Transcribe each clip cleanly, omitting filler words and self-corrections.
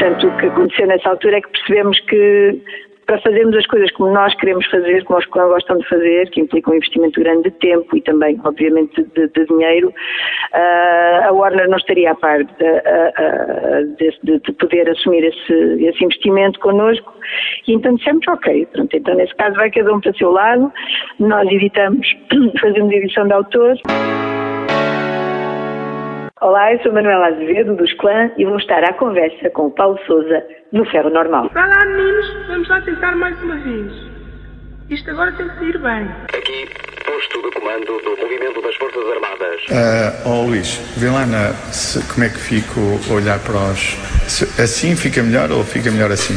portanto, o que aconteceu nessa altura é que percebemos que para fazermos as coisas como nós queremos fazer, como os clãs gostam de fazer, que implicam um investimento grande de tempo e também, obviamente, de dinheiro, a Warner não estaria a par de poder assumir esse investimento connosco. E então dissemos, ok, pronto, então nesse caso vai cada um para o seu lado, nós editamos, fazemos edição de autor. Olá, eu sou Manuela Azevedo, dos Clã, e vou estar à conversa com o Paulo Sousa no Ferro Normal. Vai lá, meninos, vamos lá tentar mais uma vez. Isto agora tem que sair bem. Aqui, posto de comando do Movimento das Forças Armadas. Luís, vê lá como é que fico a olhar para os... Assim fica melhor ou fica melhor assim?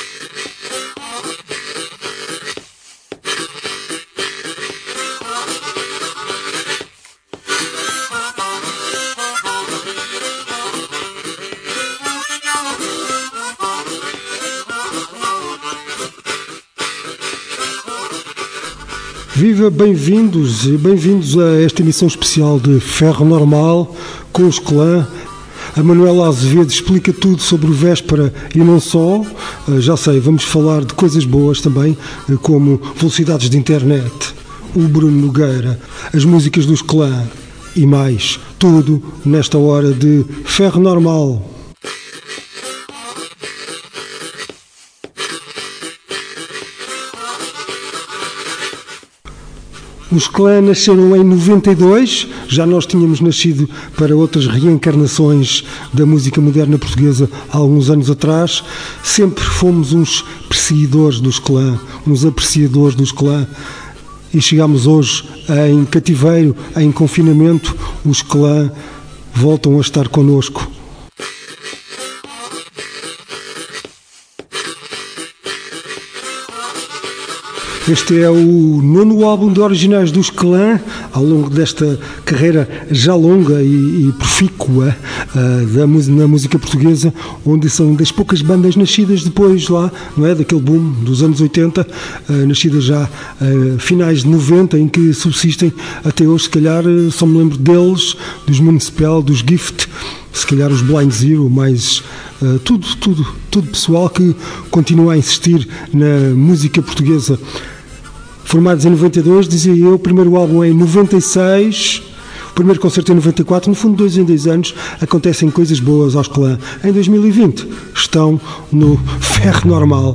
Viva, bem-vindos a esta emissão especial de Ferro Normal com os Clã. A Manuela Azevedo explica tudo sobre o Véspera e não só. Já sei, vamos falar de coisas boas também, como velocidades de internet, o Bruno Nogueira, as músicas dos Clã e mais. Tudo nesta hora de Ferro Normal. Os Clã nasceram em 92, já nós tínhamos nascido para outras reencarnações da música moderna portuguesa há alguns anos atrás. Sempre fomos uns perseguidores dos Clã, uns apreciadores dos Clã, e chegámos hoje em cativeiro, em confinamento. Os Clã voltam a estar connosco. Este é o 9º álbum de originais dos Clã, ao longo desta carreira já longa e profícua na música portuguesa, onde são das poucas bandas nascidas depois lá, não é, daquele boom dos anos 80, nascidas já finais de 90, em que subsistem até hoje. Se calhar só me lembro deles, dos Municipal, dos Gift, se calhar os Blind Zero, mais tudo pessoal que continua a insistir na música portuguesa. Formados em 92, dizia eu, o primeiro álbum é em 96, o primeiro concerto em 94, no fundo 2 em 2 anos acontecem coisas boas aos Clã. Em 2020 estão no Ferro Normal.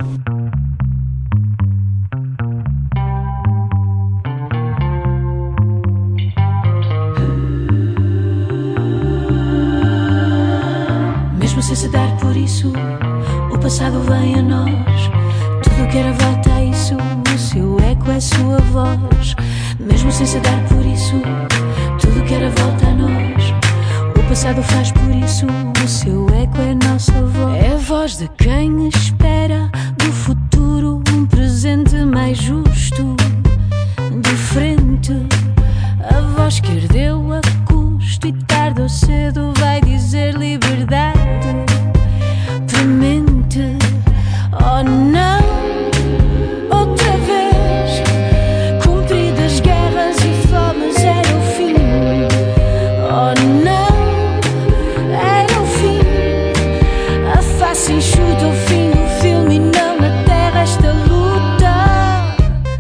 Mesmo sem se dar por isso, o passado vem a nós. Tudo que era volta a isso, o seu eco é sua voz. Mesmo sem se dar por isso, tudo que era volta a nós. O passado faz por isso, o seu eco é nossa voz. É a voz de quem espera do futuro um presente mais justo, diferente. A voz que herdeu a custo e tarde ou cedo vai dizer liberdade. Premente, oh não, outra vez. Cumpridas guerras e fomes era o fim. Oh não, era o fim. A face enxuta o fim do filme e não na terra esta luta.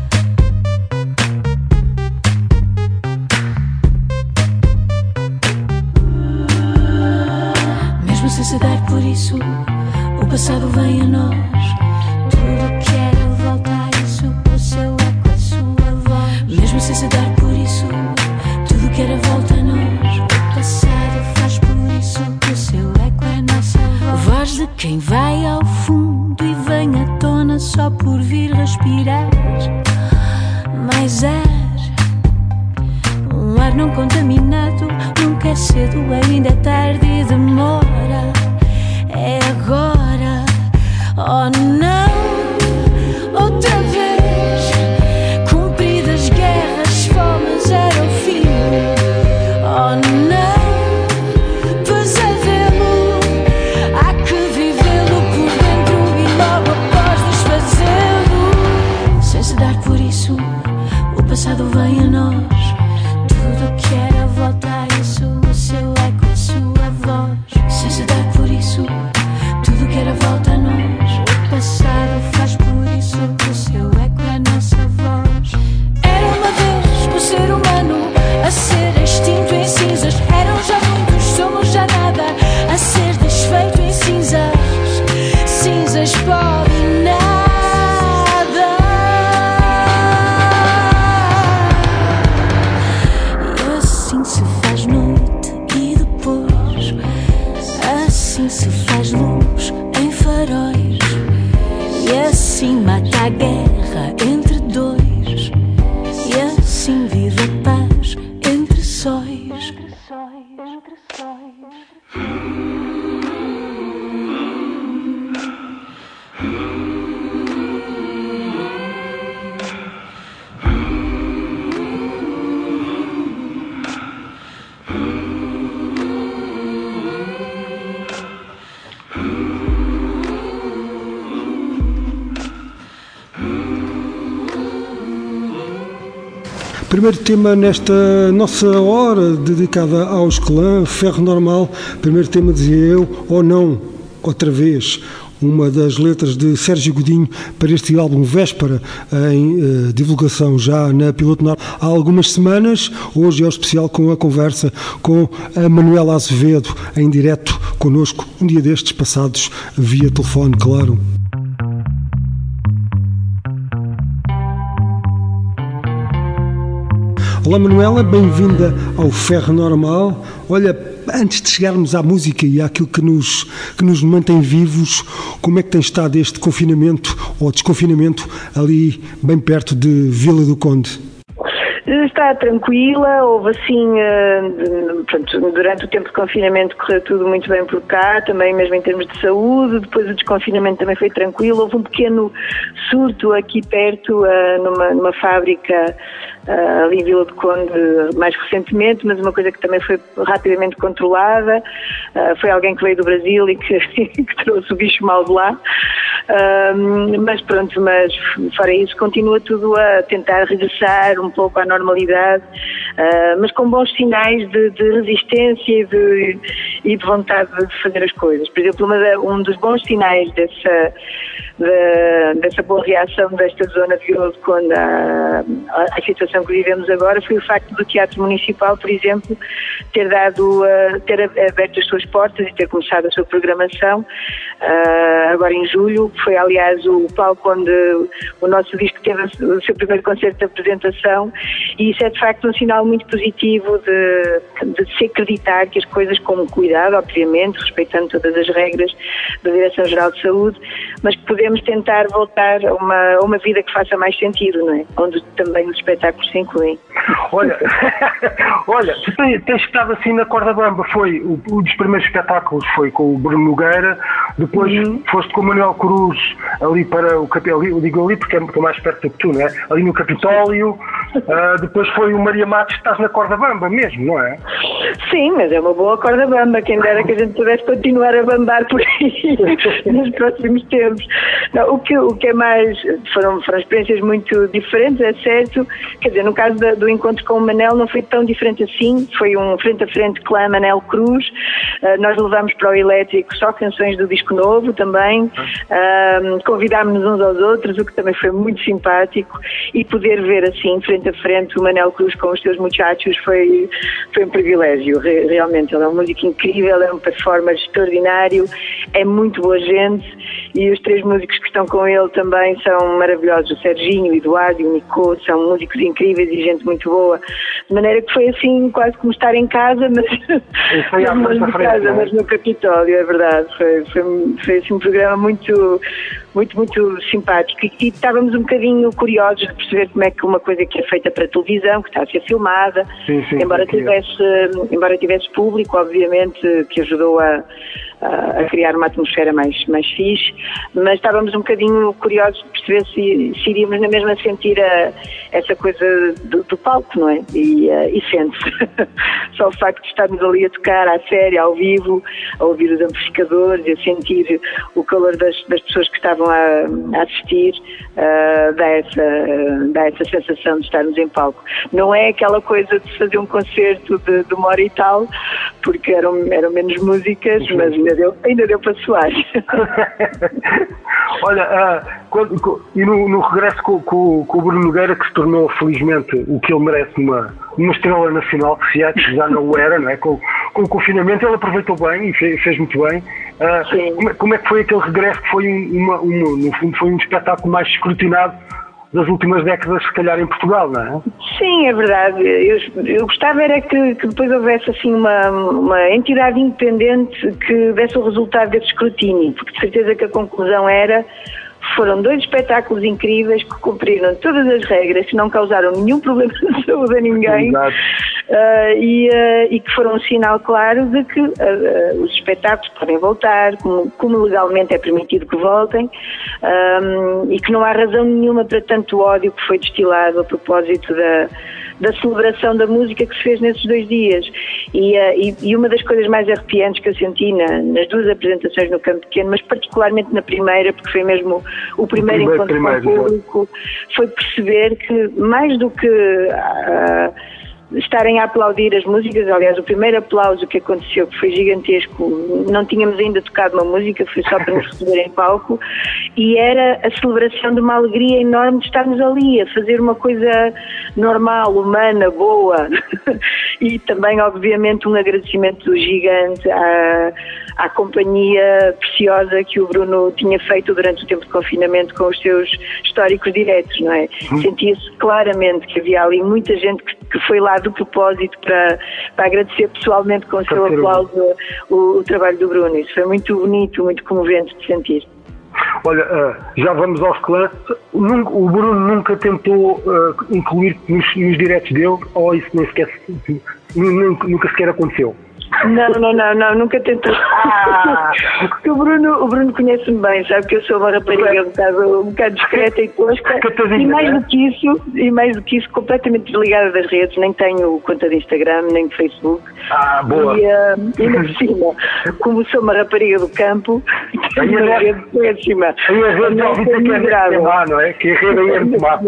Mesmo sem se dar por isso, o passado vem a nós. Tudo que era volta a isso, o seu eco é sua voz. Mesmo sem se dar por isso, tudo que era volta a nós. O passado faz por isso, o seu eco é nossa voz. Voz de quem vai ao fundo e vem à tona só por vir respirar mais ar. Um ar não contaminado, nunca é cedo, ainda é tarde e demora. É agora, oh não, outra vez. Cumpridas guerras, fomes era o fim. Oh não, pesadelo, há que vivê-lo por dentro e logo após desfazê-lo. Sem se dar por isso, o passado vem a nós. Tudo que era volta a isso, o seu eco, a sua voz. Sem se dar por isso, tudo que era volta ser humano a ser extinto em cinzas. Eram já muitos, somos já nada, a ser desfeito em cinzas. Cinzas, pó e nada. E assim se faz noite e depois assim se faz luz em faróis. E assim mata a guerra entre dois. E assim vive a paz entre sóis. Primeiro tema nesta nossa hora dedicada aos clã, Ferro Normal. Primeiro tema, dizia eu, ou não, outra vez, uma das letras de Sérgio Godinho para este álbum Véspera, em divulgação já na Piloto Norte há algumas semanas. Hoje é o especial com a conversa com a Manuela Azevedo, em direto connosco, um dia destes passados via telefone, claro. Olá Manuela, bem-vinda ao Ferro Normal. Olha, antes de chegarmos à música e àquilo que nos mantém vivos, como é que tem estado este confinamento ou desconfinamento ali bem perto de Vila do Conde? Está tranquila, houve assim, durante o tempo de confinamento correu tudo muito bem por cá, também mesmo em termos de saúde. Depois o desconfinamento também foi tranquilo, houve um pequeno surto aqui perto, numa fábrica ali em Vila do Conde mais recentemente, mas uma coisa que também foi rapidamente controlada. Foi alguém que veio do Brasil e que trouxe o bicho mal de lá. Mas pronto, mas fora isso continua tudo a tentar regressar um pouco à normalidade, mas com bons sinais de resistência e de vontade de fazer as coisas. Por exemplo, um dos bons sinais dessa boa reação desta zona de Vila do Conde à situação que vivemos agora foi o facto do Teatro Municipal, por exemplo, ter aberto as suas portas e ter começado a sua programação agora em julho, que foi aliás o palco onde o nosso disco teve o seu primeiro concerto de apresentação, e isso é de facto um sinal muito positivo de se acreditar que as coisas, com cuidado, obviamente, respeitando todas as regras da Direção-Geral de Saúde, mas que podemos tentar voltar a uma vida que faça mais sentido, não é? Onde também os espetáculos se incluem. Olha, tu tens estado assim na corda bamba. Foi um dos primeiros espetáculos foi com o Bruno Nogueira, depois foste com o Manuel Cruz ali para o Capitólio, eu digo ali porque é mais perto do que tu, não é? Ali no Capitólio, depois foi o Maria Matos, estás na corda bamba mesmo, não é? Sim, mas é uma boa corda bamba, quem dera que a gente pudesse continuar a bambar por aí nos próximos tempos. Não, o que é mais, foram experiências muito diferentes, é certo, quer dizer, no caso do encontro com o Manel não foi tão diferente assim, foi um frente a frente clã Manel Cruz. Nós levámos para o elétrico só canções do disco novo também, convidámos-nos uns aos outros, o que também foi muito simpático, e poder ver assim frente a frente o Manel Cruz com os seus muchachos foi um privilégio. Realmente ele é um músico incrível, é um performer extraordinário, é muito boa gente, e os três músicos que estão com ele também são maravilhosos, o Serginho, o Eduardo e o Nico, são músicos incríveis e gente muito boa, de maneira que foi assim quase como estar em casa, mas no Capitólio, é verdade. Foi assim um programa muito simpático, e estávamos um bocadinho curiosos de perceber como é que uma coisa que é feita para televisão, que está a ser filmada, embora tivesse público, obviamente, que ajudou a criar uma atmosfera mais fixe, mas estávamos um bocadinho curiosos de perceber se iríamos na mesma sentir essa coisa do palco, não é? E sente-se. Só o facto de estarmos ali a tocar à série, ao vivo, a ouvir os amplificadores e a sentir o calor das pessoas que estavam a assistir, dá essa sensação de estarmos em palco. Não é aquela coisa de fazer um concerto de uma hora e tal, porque eram menos músicas, mas ainda deu para suar. Olha, e no regresso com o Bruno Nogueira, que se tornou felizmente o que ele merece numa estrela nacional, que já não o era, não é? Com o confinamento ele aproveitou bem e fez muito bem. Como é que foi aquele regresso, que foi no fundo foi um espetáculo mais escrutinado das últimas décadas, se calhar, em Portugal, não é? Sim, é verdade. Eu gostava era que depois houvesse assim uma entidade independente que desse o resultado desse escrutínio, porque de certeza que a conclusão foram 2 espetáculos incríveis que cumpriram todas as regras, que não causaram nenhum problema de saúde a ninguém, e que foram um sinal claro de que os espetáculos podem voltar, como legalmente é permitido que voltem, e que não há razão nenhuma para tanto ódio que foi destilado a propósito da celebração da música que se fez nesses 2 dias. E uma das coisas mais arrepiantes que eu senti nas 2 apresentações no Campo Pequeno, mas particularmente na primeira, porque foi mesmo o primeiro encontro com o público, foi perceber que mais do que estarem a aplaudir as músicas, aliás, o primeiro aplauso que aconteceu, que foi gigantesco, não tínhamos ainda tocado uma música, foi só para nos receber em palco, e era a celebração de uma alegria enorme de estarmos ali, a fazer uma coisa normal, humana, boa, e também, obviamente, um agradecimento gigante à companhia preciosa que o Bruno tinha feito durante o tempo de confinamento com os seus históricos diretos, não é? Sentia-se claramente que havia ali muita gente que foi lá do propósito para agradecer pessoalmente com o seu aplauso o trabalho do Bruno. Isso foi muito bonito, muito comovente de sentir. Olha, já vamos aos clãs. O Bruno nunca tentou incluir nos diretos dele, ou isso nem sequer, nunca sequer aconteceu? Não, nunca tentou. Porque o Bruno conhece-me bem, sabe que eu sou uma rapariga um bocado discreta e tosca, e mais do que isso, completamente desligada das redes, nem tenho conta de Instagram, nem de Facebook. Boa. E ainda por cima, como sou uma rapariga do campo, tenho uma rede por cima. Aí a rede não dizer que é má, não é? Que a rede aí é muito má.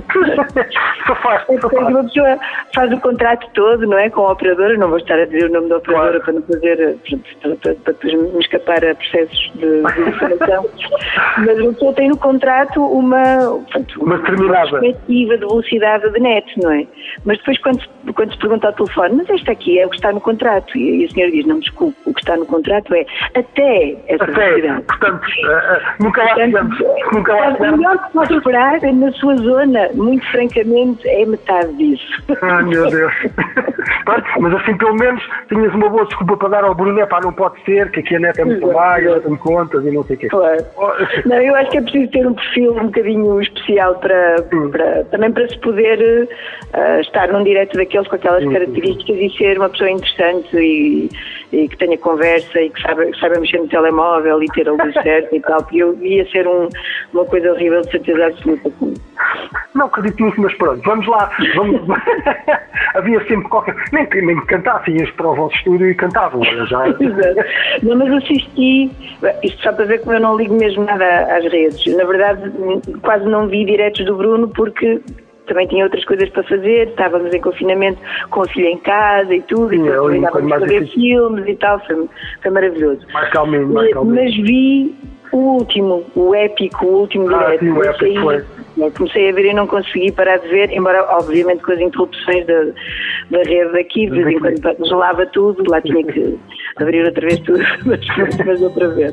Uma pessoa faz o contrato todo, não é? Com a operadora, não vou estar a dizer o nome da operadora para não fazer, para depois me escapar a processos de informação, mas a pessoa tem no contrato uma perspectiva de velocidade de net, não é? Mas depois quando se pergunta ao telefone, mas este aqui é o que está no contrato, e a senhora diz, não, desculpe, o que está no contrato é até essa velocidade. Portanto, nunca lá chegamos. O melhor que pode esperar na sua zona, muito francamente, é metade disso. Meu Deus. Mas assim, pelo menos, tinhas uma boa desculpa para dar ao Bruno, não pode ser, que aqui a net é muito baixa, ela tem contas e não sei o quê. Claro. Não, eu acho que é preciso ter um perfil um bocadinho especial também para se poder estar num direto daqueles com aquelas características e ser uma pessoa interessante e que tenha conversa e que saiba mexer no telemóvel e ter a luz certa e tal, porque eu ia ser uma coisa horrível, de certeza absoluta. Não acredito nisso, mas pronto, vamos lá. Havia sempre qualquer... Nem me cantassem, ias para o vosso estúdio e cantavam. Não, mas assisti, isto só para ver como eu não ligo mesmo nada às redes. Na verdade, quase não vi diretos do Bruno porque também tinha outras coisas para fazer, estávamos em confinamento com a filha em casa e tudo, e depois estávamos a ver filmes e tal, foi maravilhoso. Mais calminho. Mas vi o último direto. Comecei a ver e não consegui parar de ver, embora obviamente com as interrupções da rede aqui, de vez em quando gelava tudo, lá tinha que abrir outra vez tudo, mas outra vez.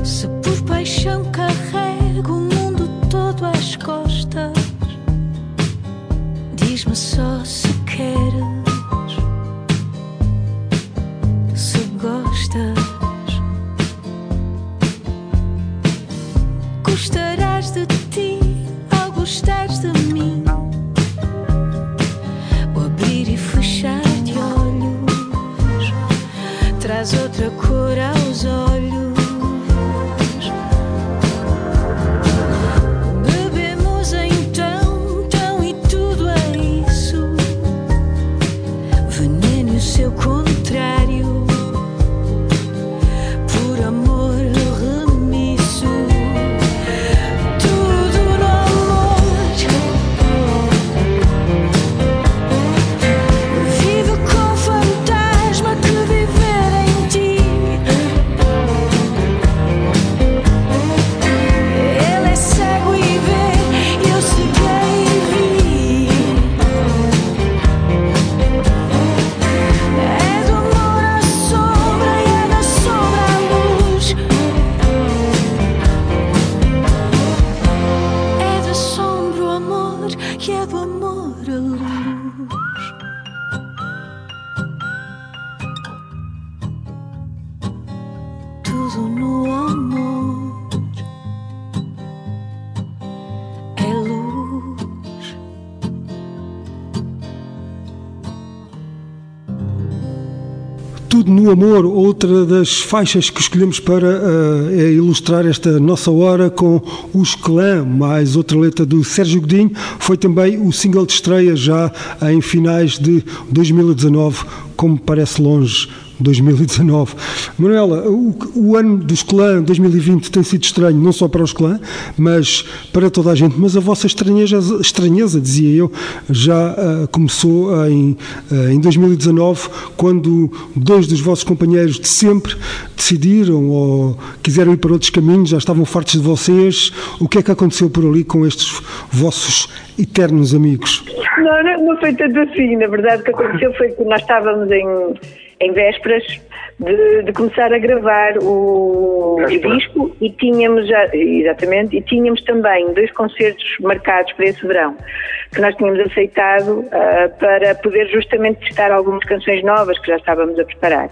Se por paixão carrego o mundo todo às costas, diz-me só se queres, se gostas. Gostarás de ti ao gostares de mim. O abrir e fechar de olhos traz outra cor aos olhos. Bebemos então, tão e tudo é isso. Veneno e o seu contrário. Por amor remisso. Tudo no Amor, outra das faixas que escolhemos para ilustrar esta nossa hora com Os Clã, mais outra letra do Sérgio Godinho. Foi também o single de estreia já em finais de 2019, como parece longe 2019. Manuela, o ano dos Clã 2020 tem sido estranho, não só para os Clã, mas para toda a gente. Mas a vossa estranheza, dizia eu, já começou em 2019, quando dois dos vossos companheiros de sempre decidiram ou quiseram ir para outros caminhos, já estavam fartos de vocês. O que é que aconteceu por ali com estes vossos eternos amigos? Não foi tanto assim. Na verdade, o que aconteceu foi que nós estávamos em vésperas de começar a gravar o disco e tínhamos tínhamos também 2 concertos marcados para esse verão que nós tínhamos aceitado para poder justamente testar algumas canções novas que já estávamos a preparar.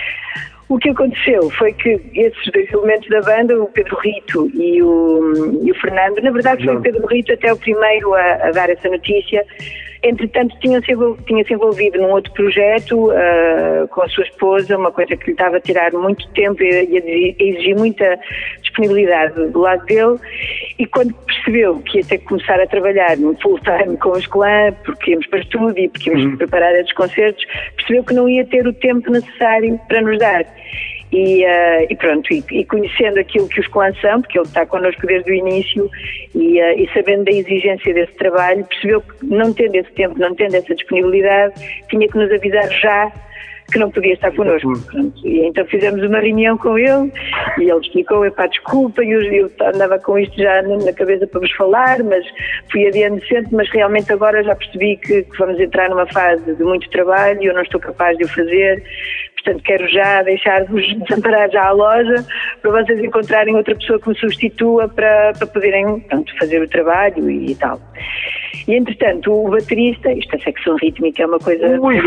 O que aconteceu foi que esses 2 elementos da banda, o Pedro Rito e o Fernando, na verdade foi o Pedro Rito até o primeiro a dar essa notícia. Entretanto, tinha-se envolvido num outro projeto com a sua esposa, uma coisa que lhe estava a tirar muito tempo e a exigir muita disponibilidade do lado dele, e quando percebeu que ia ter que começar a trabalhar no full time com os Clã, porque íamos para estúdio e porque íamos preparar esses concertos, percebeu que não ia ter o tempo necessário para nos dar. E pronto, e conhecendo aquilo que os Clã são, porque ele está connosco desde o início, e sabendo da exigência desse trabalho, percebeu que não tendo esse tempo, não tendo essa disponibilidade, tinha que nos avisar já que não podia estar connosco. E então fizemos uma reunião com ele e ele explicou, desculpa, e eu andava com isto já na cabeça para vos falar, mas fui adiante sempre, mas realmente agora já percebi que vamos entrar numa fase de muito trabalho e eu não estou capaz de o fazer. Portanto, quero já deixar-vos desamparar já a loja para vocês encontrarem outra pessoa que me substitua para poderem, portanto, fazer o trabalho e tal. E, entretanto, o baterista, isto é secção rítmica, é uma coisa...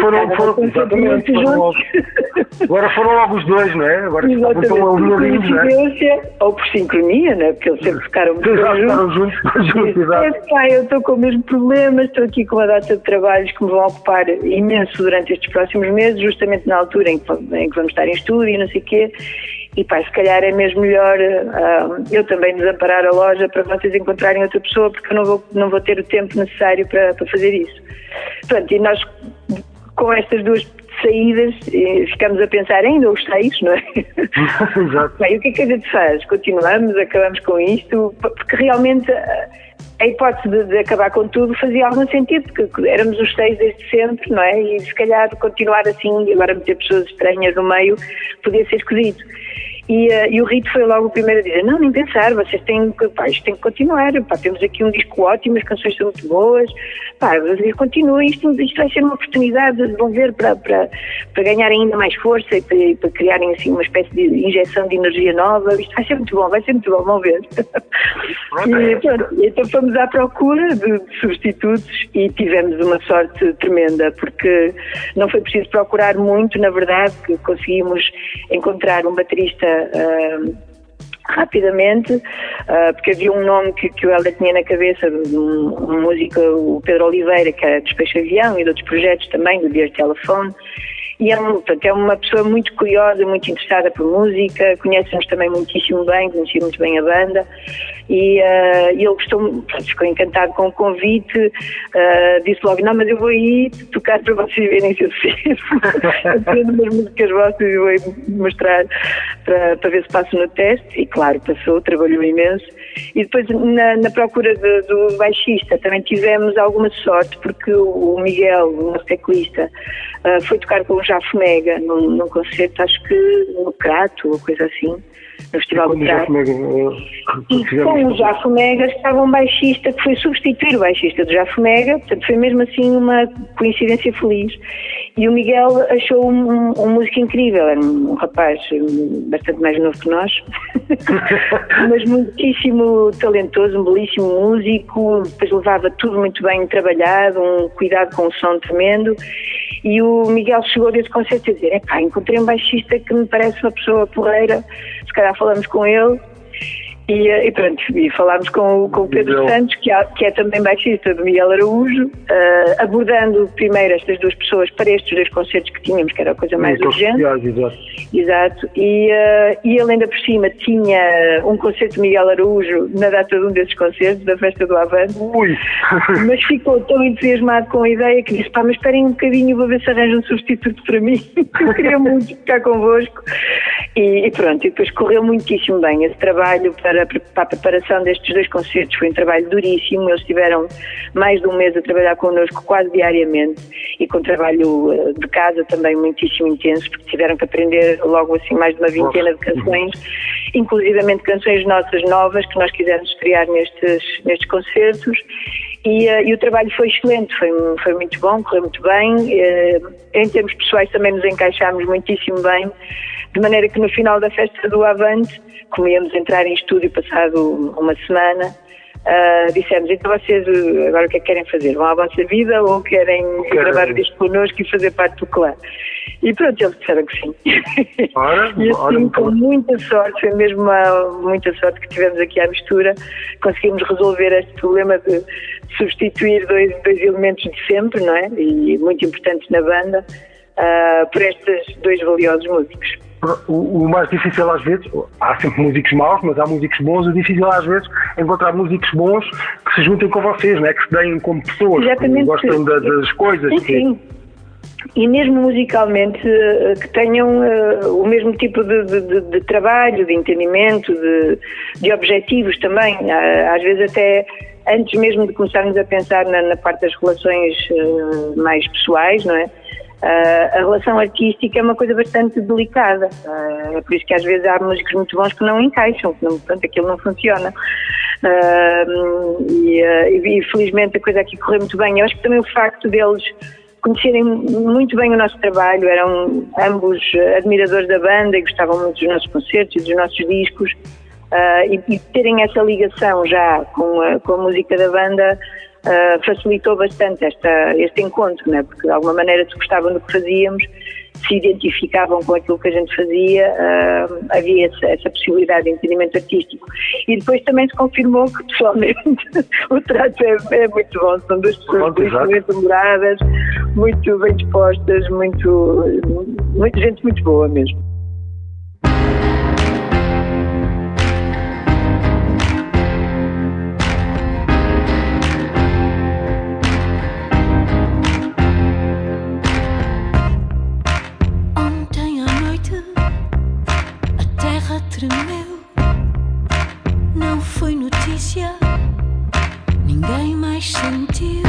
Agora foram logo os 2, não é? Agora exatamente, por coincidência, ou por sincronia, não é? Porque eles sempre ficaram juntos. Eu estou com o mesmo problema, estou aqui com uma data de trabalhos que me vão ocupar imenso durante estes próximos meses, justamente na altura em que vamos estar em estúdio e não sei o quê. E se calhar é mesmo melhor eu também desamparar a loja para vocês encontrarem outra pessoa, porque eu não vou ter o tempo necessário para fazer isso. Pronto, e nós com estas 2 saídas ficamos a pensar ainda os 6, não é? Exato. Bem, o que é que a gente faz? Continuamos, acabamos com isto, porque realmente a hipótese de acabar com tudo fazia algum sentido, porque éramos os 6 desde sempre, não é? E se calhar continuar assim e agora meter pessoas estranhas no meio podia ser esquisito. E o Rito foi logo o primeiro a dizer, não, nem pensar, vocês têm que continuar, temos aqui um disco ótimo, as canções são muito boas, vocês continuem, isto vai ser uma oportunidade, vão ver, para ganharem ainda mais força e para criarem assim uma espécie de injeção de energia nova, isto vai ser muito bom, vão ver. E pronto, então fomos à procura de substitutos e tivemos uma sorte tremenda, porque não foi preciso procurar muito, na verdade, que conseguimos encontrar um baterista rapidamente, porque havia um nome que o Helder tinha na cabeça, um músico, o Pedro Oliveira, que era dos Peixe Avião e de outros projetos também, do Dear Telephone. E é uma pessoa muito curiosa, muito interessada por música, conhece-nos também muitíssimo bem, conhecia muito bem a banda, e ele ficou encantado com o convite, disse logo, não, mas eu vou aí tocar para vocês verem se eu sei. Aprendo umas músicas vossas e vou mostrar para ver se passo no teste, e claro, passou, trabalhou imenso. E depois na procura do baixista também tivemos alguma sorte, porque o Miguel, o nosso teclista, foi tocar com o Jafo Mega num concerto, acho que no Crato ou coisa assim, no Festival do Crato. E com o Jafo Mega estava um baixista que foi substituir o baixista do Jafo Mega, portanto foi mesmo assim uma coincidência feliz. E o Miguel achou um músico incrível, era um rapaz bastante mais novo que nós, mas muitíssimo talentoso, um belíssimo músico, depois levava tudo muito bem trabalhado, um cuidado com o som tremendo. E o Miguel chegou desse concerto a dizer, encontrei um baixista que me parece uma pessoa porreira, se calhar falamos com ele. E pronto, e falámos com o Pedro Santos, que é também baixista do Miguel Araújo, abordando primeiro estas duas pessoas para estes dois concertos que tínhamos, que era a coisa mais urgente. Exato. E ele ainda por cima tinha um concerto de Miguel Araújo na data de um desses concertos, da festa do Avante. Mas ficou tão entusiasmado com a ideia que disse, mas esperem um bocadinho, vou ver se arranjo um substituto para mim. Eu queria muito ficar convosco. E pronto, e depois correu muitíssimo bem esse trabalho para a preparação destes dois concertos. Foi um trabalho duríssimo, eles tiveram mais de um mês a trabalhar connosco quase diariamente e com trabalho de casa também muitíssimo intenso, porque tiveram que aprender logo assim mais de uma vintena de canções, inclusivamente canções nossas novas que nós quisemos estrear nestes concertos. E o trabalho foi excelente, foi muito bom, correu muito bem. Em termos pessoais também nos encaixámos muitíssimo bem, de maneira que no final da festa do Avante, como íamos entrar em estúdio passado uma semana, dissemos, então vocês agora o que é que querem fazer? Vão à vossa vida ou querem gravar o disco connosco e fazer parte do clã? E pronto, eles disseram que sim. E assim, com muita sorte, foi mesmo muita sorte que tivemos aqui à mistura, conseguimos resolver este problema de substituir dois elementos de sempre, não é? E muito importantes na banda, por estes dois valiosos músicos. O mais difícil às vezes, há sempre músicos maus, mas há músicos bons. O difícil às vezes é encontrar músicos bons que se juntem com vocês, não é? Que se deem como pessoas, que gostem das coisas. Sim. E mesmo musicalmente que tenham o mesmo tipo de trabalho, de entendimento, de objetivos também. Às vezes até antes mesmo de começarmos a pensar na parte das relações mais pessoais, não é? A relação artística é uma coisa bastante delicada, é por isso que às vezes há músicos muito bons que não encaixam, que portanto aquilo não funciona. E felizmente a coisa aqui correu muito bem. Eu acho que também o facto deles conhecerem muito bem o nosso trabalho, eram ambos admiradores da banda e gostavam muito dos nossos concertos e dos nossos discos, e terem essa ligação já com a música da banda facilitou bastante este encontro, né? Porque de alguma maneira se gostavam do que fazíamos, se identificavam com aquilo que a gente fazia, havia essa possibilidade de entendimento artístico. E depois também se confirmou que pessoalmente o trato é muito bom, são duas pessoas muito namoradas, muito bem dispostas, muita gente muito boa mesmo. Não foi notícia, ninguém mais sentiu.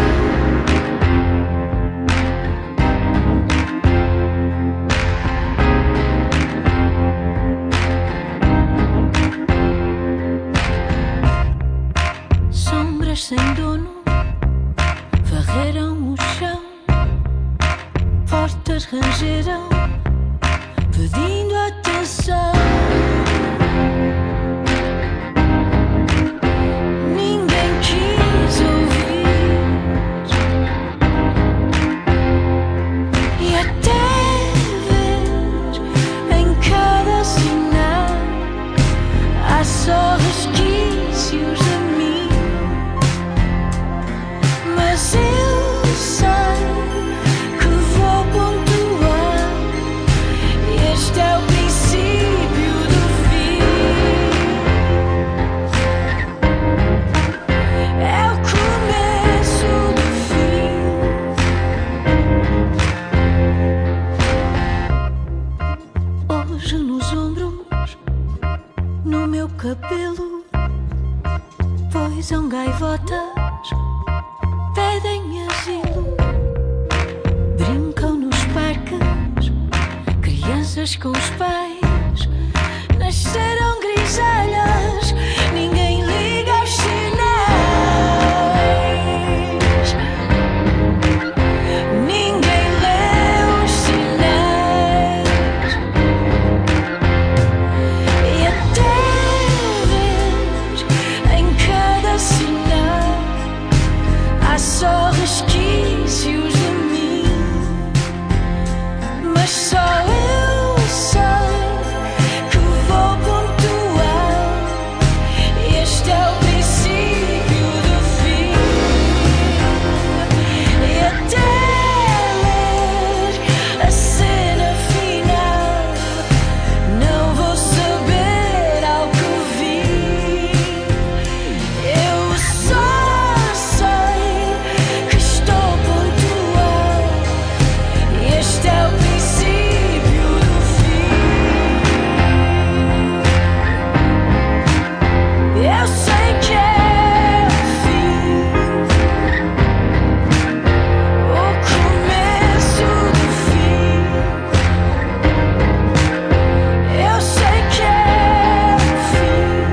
cabelo, pois são gaivotas, pedem asilo. Brincam nos parques, crianças com os pais, nasceram grisalhas, ninguém liga aos sinais. Ninguém lê os sinais. E até vês em cada sinal há só resquícios de mim, mas só eu sei que vou pontuar. Este é o princípio do fim. E até ler a cena final não vou saber ao que vi. Eu só sei que estou pontual. Este é o princípio do fim. Eu sei que é o fim, o começo do fim. Eu sei que é o fim.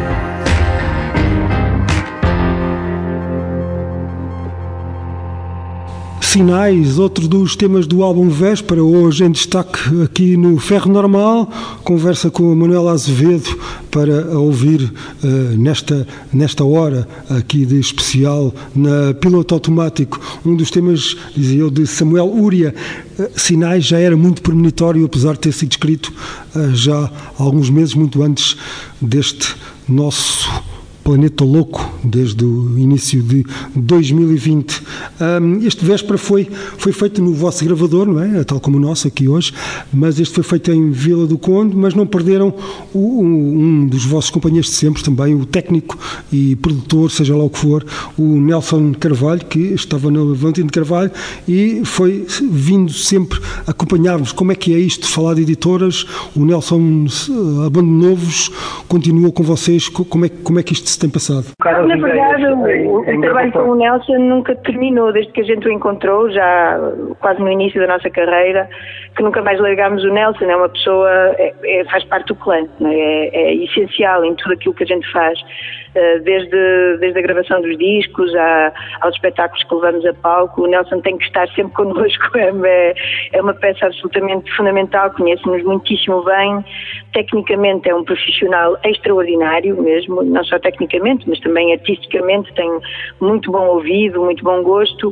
Sinais, outro dos temas do álbum Véspera, hoje em destaque aqui no Ferro Normal. Conversa com a Manuela Azevedo para ouvir nesta hora aqui de especial na Piloto Automático. Um dos temas, dizia eu, de Samuel Uria. Sinais já era muito premonitório, apesar de ter sido escrito já há alguns meses, muito antes deste nosso Planeta Louco, desde o início de 2020. Este Véspera foi feito no vosso gravador, não é? Tal como o nosso aqui hoje, mas este foi feito em Vila do Conde, mas não perderam um dos vossos companheiros de sempre também, o técnico e produtor, seja lá o que for, o Nelson Carvalho, que estava na Valentim de Carvalho e foi vindo sempre acompanhar-vos. Como é que é isto de falar de editoras? O Nelson abandonou-vos, continuou com vocês, como é que isto se tem passado? Na verdade, o trabalho com o Nelson nunca terminou, desde que a gente o encontrou, já quase no início da nossa carreira, que nunca mais largámos o Nelson. É uma pessoa, faz parte do clã, não é? É essencial em tudo aquilo que a gente faz, desde a gravação dos discos aos espetáculos que levamos a palco. O Nelson tem que estar sempre connosco, é uma peça absolutamente fundamental, conhece-nos muitíssimo bem, tecnicamente é um profissional extraordinário mesmo, não só tecnicamente, mas também artisticamente, tem muito bom ouvido, muito bom gosto,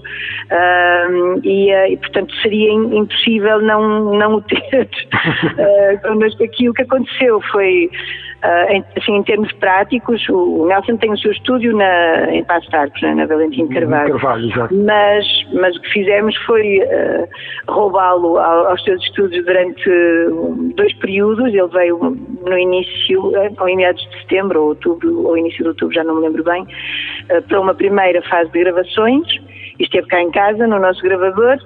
e portanto seria impossível não o ter connosco aqui. O que aconteceu foi, em termos práticos, o Nelson tem o seu estúdio em Paços de Arcos, na Valentim de Carvalho, mas o que fizemos foi roubá-lo aos seus estúdios durante 2 períodos. Ele veio no início, ao meados de setembro ou outubro, ou início de outubro, já não me lembro bem, para uma primeira fase de gravações. Esteve cá em casa, no nosso gravador,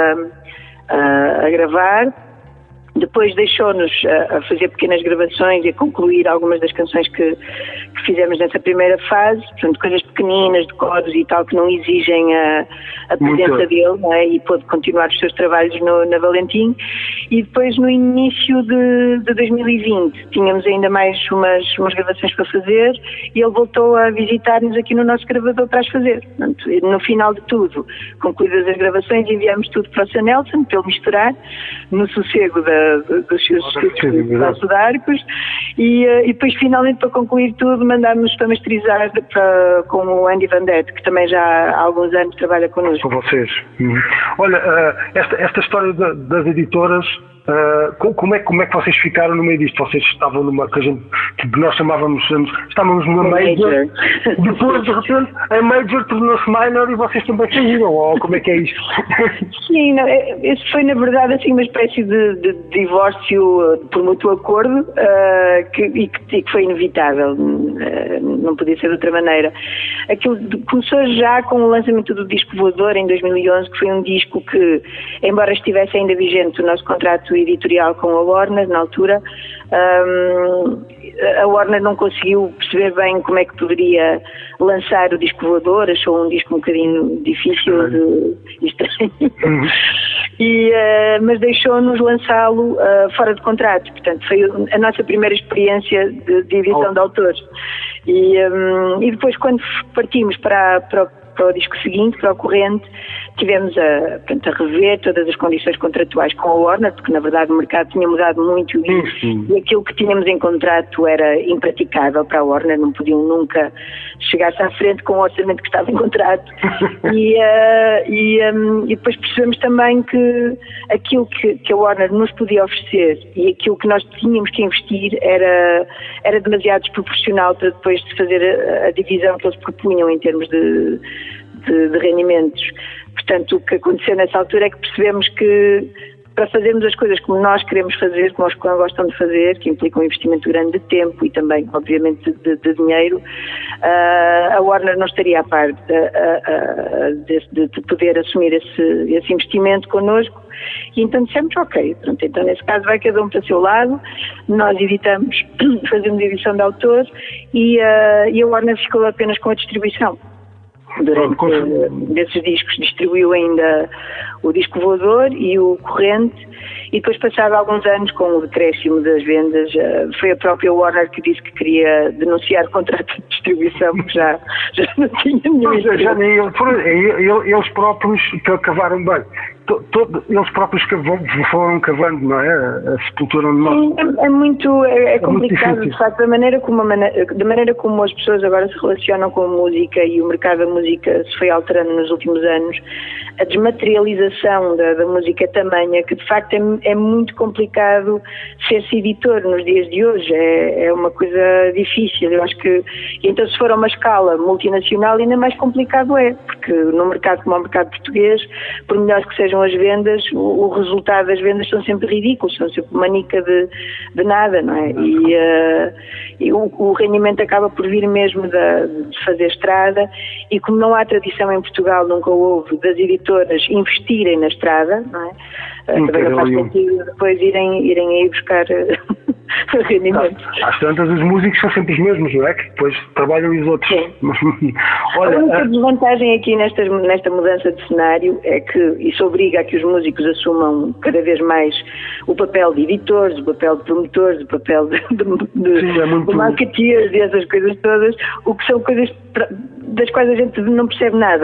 a gravar. Depois deixou-nos a fazer pequenas gravações e a concluir algumas das canções que fizemos nessa primeira fase, portanto, coisas pequeninas, de coros e tal, que não exigem a presença dele, não é? E pôde continuar os seus trabalhos na Valentim. E depois, no início de 2020, tínhamos ainda mais umas gravações para fazer e ele voltou a visitar-nos aqui no nosso gravador para as fazer. Portanto, no final de tudo, concluídas as gravações, enviámos tudo para o Sr. Nelson, para ele misturar, no sossego dos seus estudos de Arcos, e depois finalmente, para concluir tudo, mandámos para masterizar com o Andy Van Dert, que também já há alguns anos trabalha connosco. Com vocês. Olha, esta história das editoras, como é que vocês ficaram no meio disto? Vocês estavam numa, que nós estávamos numa major, depois de repente a major tornou-se minor e vocês também saíram, ou como é que é isto? Sim, esse foi na verdade assim uma espécie de divórcio por mútuo acordo, que foi inevitável, não podia ser de outra maneira. Aquilo começou já com o lançamento do disco Voador em 2011, que foi um disco que, embora estivesse ainda vigente o nosso contrato editorial com a Warner na altura. A Warner não conseguiu perceber bem como é que poderia lançar o disco voador, achou um disco um bocadinho difícil e estranho, mas deixou-nos lançá-lo fora de contrato. Portanto, foi a nossa primeira experiência de edição de autores. E depois, quando partimos para o disco seguinte, para o corrente, tivemos a rever todas as condições contratuais com a Warner, porque na verdade o mercado tinha mudado muito e aquilo que tínhamos em contrato era impraticável para a Warner, não podiam nunca chegar-se à frente com o orçamento que estava em contrato. E depois percebemos também que aquilo que a Warner nos podia oferecer e aquilo que nós tínhamos que investir era demasiado desproporcional para depois de fazer a divisão que eles propunham em termos de rendimentos. Portanto, o que aconteceu nessa altura é que percebemos que para fazermos as coisas como nós queremos fazer, como os clãs gostam de fazer, que implicam um investimento grande de tempo e também, obviamente, de dinheiro, a Warner não estaria a par de poder assumir esse investimento connosco. E então dissemos, ok, pronto, então nesse caso vai cada um para o seu lado, nós editamos, fazemos edição de autor e a Warner ficou apenas com a distribuição. Durante desses discos distribuiu ainda o disco voador e o corrente, e depois, passado alguns anos, com o decréscimo das vendas, foi a própria Warner que disse que queria denunciar o contrato de distribuição, porque já não tinha nenhum. Eles próprios que cavaram bem. Eles próprios foram cavando, não é? A sepultura no nosso. É complicado, de facto, da maneira como as pessoas agora se relacionam com a música e o mercado da música se foi alterando nos últimos anos. A desmaterialização da música é tamanha que, de facto, é muito complicado ser-se editor nos dias de hoje. É uma coisa difícil. Eu acho que, então, se for a uma escala multinacional, ainda mais complicado é, porque no mercado como o mercado português, por melhores que sejam as vendas, o resultado das vendas são sempre ridículos, são sempre uma nica de nada, não é? E o rendimento acaba por vir mesmo de fazer estrada, e como não há tradição em Portugal, nunca houve, das editoras investirem na estrada, não é? Também não faz sentido depois irem aí buscar rendimento. Às tantas, os músicos são sempre os mesmos, não é? Que depois trabalham e os outros. Olha, a única desvantagem aqui nesta mudança de cenário é que isso obriga a que os músicos assumam cada vez mais o papel de editores, o papel de promotores, o papel de marketeers e essas coisas todas, o que são coisas das quais a gente não percebe nada.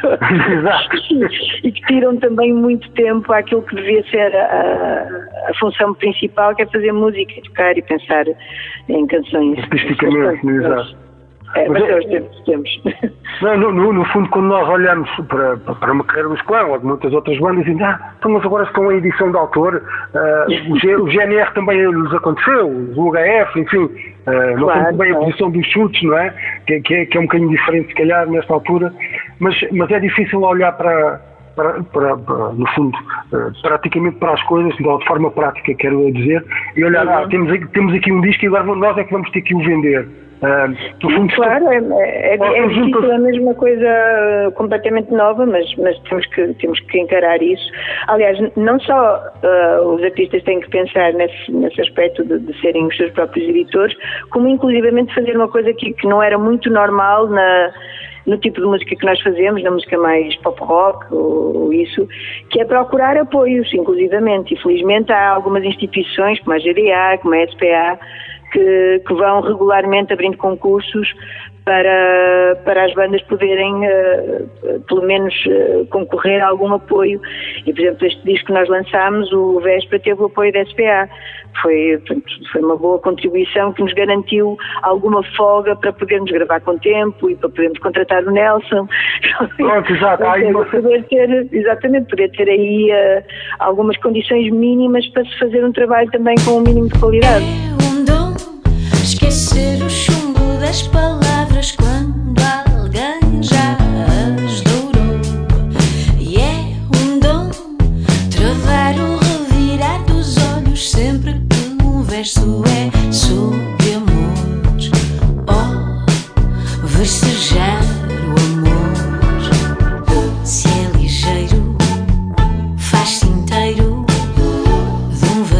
E que tiram também muito tempo àquilo que devia ser a função principal, que é fazer música, tocar e pensar em canções. Artisticamente, exato. Mas é os tempos que temos. No fundo, quando nós olhamos para uma carreira dos clãs ou de muitas outras bandas, dizem, então, mas agora estão em edição de autor, o GNR também lhes aconteceu, o UHF, enfim, não tem também a posição dos chutes, não é? Que é um bocadinho diferente, se calhar, nesta altura, mas é difícil olhar para no fundo, praticamente para as coisas, de forma prática, quero dizer, e olhar, temos aqui um disco e agora nós é que vamos ter que o vender. Claro, é difícil, é a mesma coisa completamente nova, mas temos que encarar isso. Aliás, não só os artistas têm que pensar nesse aspecto de serem os seus próprios editores, como inclusivamente fazer uma coisa que não era muito normal no tipo de música que nós fazemos, na música mais pop rock ou isso, que é procurar apoios, inclusivamente. E felizmente há algumas instituições, como a GDA, como a SPA, que vão regularmente abrindo concursos para as bandas poderem, pelo menos, concorrer a algum apoio. E, por exemplo, este disco que nós lançámos, o Véspera, teve o apoio da SPA. Foi uma boa contribuição que nos garantiu alguma folga para podermos gravar com tempo e para podermos contratar o Nelson. Pronto, exato. Poder ter aí algumas condições mínimas para se fazer um trabalho também com um mínimo de qualidade. Esquecer o chumbo das palavras quando alguém já as dourou. E é um dom travar o revirar dos olhos sempre que um verso é sobre amor. Oh, versejar o amor. Se é ligeiro, faz-se inteiro de um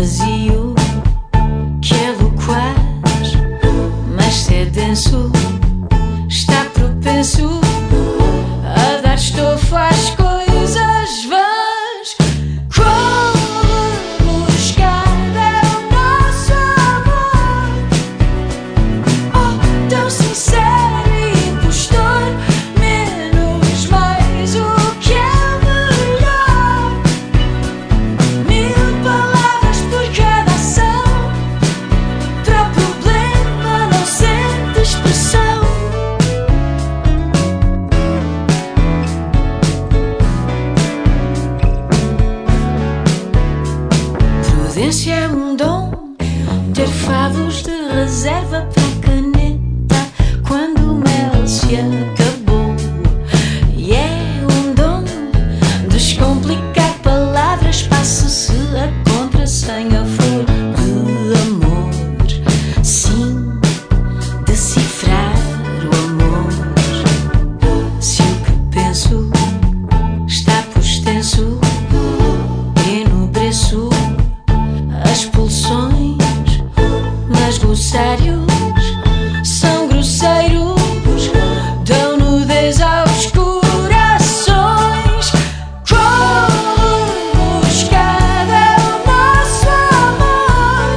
reserva para caneta quando o mel se acabou. E é um dom descomplicar palavras, passa-se a contrassenha for de amor. Sim, decifrar o amor. Se o que penso está por extenso, enobreço as pulsões, mas glossários são grosseiros, dão nudez aos corações. Como buscada o nosso amor.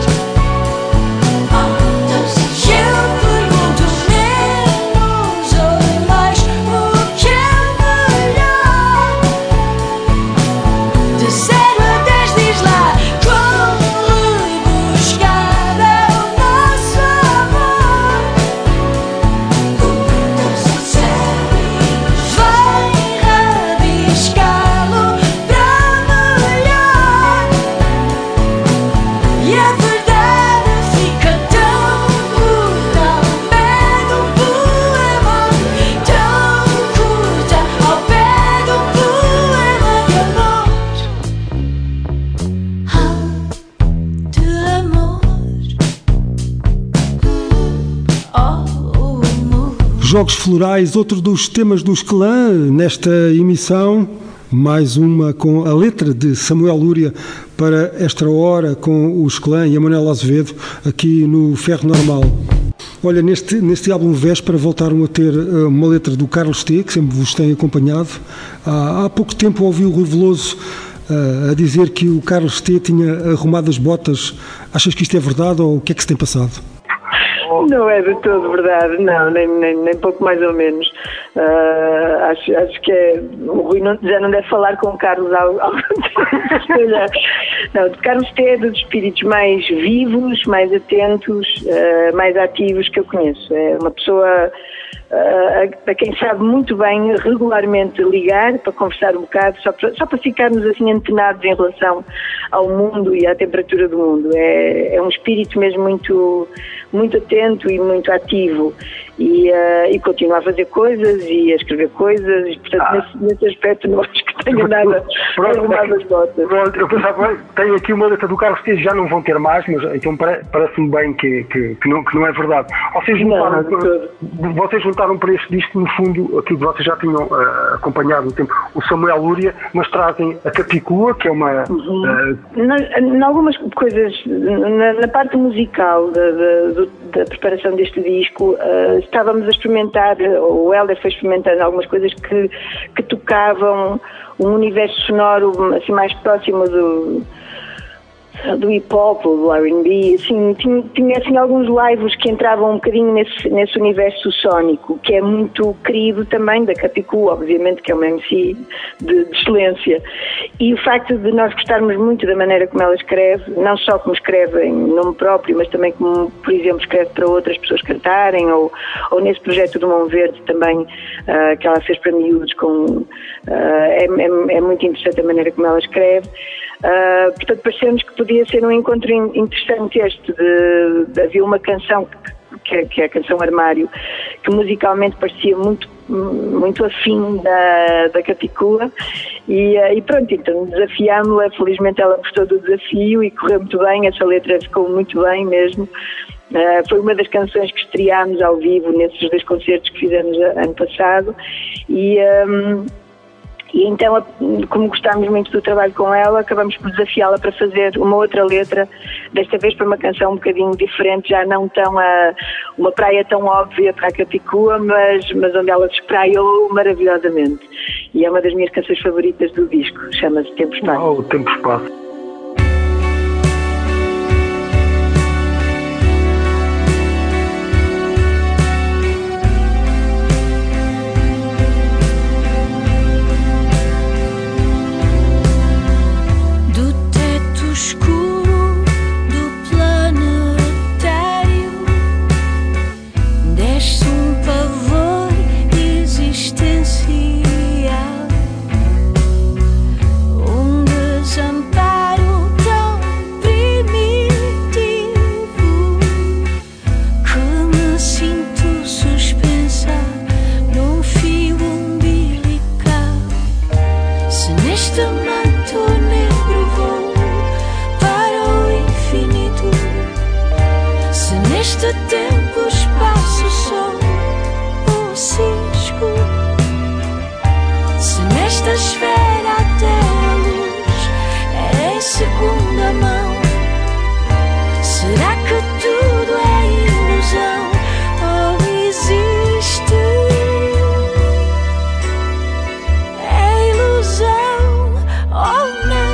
E eu pergunto menos ou mais o que é melhor. De 0 a 10 diz lá. Jogos Florais, outro dos temas dos Clã, nesta emissão, mais uma com a letra de Samuel Lúria para esta hora, com os Clã e a Manuela Azevedo, aqui no Ferro Normal. Olha, neste álbum Véspera voltaram a ter uma letra do Carlos T, que sempre vos tem acompanhado. Há pouco tempo ouvi o Rui Veloso a dizer que o Carlos T tinha arrumado as botas. Achas que isto é verdade ou o que é que se tem passado? Não é de todo verdade, não, nem pouco mais ou menos. Acho que o Rui já não deve falar com o Carlos há algum tempo. Não, o Carlos T é dos espíritos mais vivos, mais atentos, mais ativos que eu conheço. É uma pessoa a quem sabe muito bem regularmente ligar para conversar um bocado, só para ficarmos assim antenados em relação ao mundo e à temperatura do mundo. É um espírito mesmo muito, muito atento e muito ativo e continua a fazer coisas e a escrever coisas e, portanto, nesse aspecto não acho que tenha nada arrumado as botas. Eu pensava, tenho aqui uma letra do Carlos T, já não vão ter mais, mas então parece-me bem que não é verdade. Vocês juntaram para este disco, no fundo, aquilo que vocês já tinham acompanhado no tempo, o Samuel Lúria, mas trazem a Capicua, que é uma... Em algumas coisas, na parte musical da preparação deste disco, estávamos a experimentar, ou o Hélder foi experimentando algumas coisas que tocavam um universo sonoro assim, mais próximo do hip-hop, do R&B, assim, tinha assim, alguns lives que entravam um bocadinho nesse universo sónico, que é muito querido também da Capicua, obviamente, que é uma MC de excelência. E o facto de nós gostarmos muito da maneira como ela escreve, não só como escreve em nome próprio, mas também como, por exemplo, escreve para outras pessoas cantarem, ou nesse projeto do Mão Verde também, que ela fez para miúdos, é muito interessante a maneira como ela escreve. Portanto, pareceu-nos que podia ser um encontro interessante havia uma canção que é a canção Armário, que musicalmente parecia muito, muito afim da Capicua e pronto, então desafiámos-la, felizmente ela gostou do desafio e correu muito bem, essa letra ficou muito bem mesmo. Foi uma das canções que estreámos ao vivo nesses 2 concertos que fizemos ano passado e então, como gostámos muito do trabalho com ela, acabamos por desafiá-la para fazer uma outra letra, desta vez para uma canção um bocadinho diferente, já não tão uma praia tão óbvia para a Capicua, mas onde ela se espraiou maravilhosamente. E é uma das minhas canções favoritas do disco, chama-se Tempo Espaço. Tempo Espaço. Desamparo tempo, espaço, sou um cisco. Se nesta esfera até a luz é em segunda mão, será que tudo é ilusão ou existe? É ilusão ou não?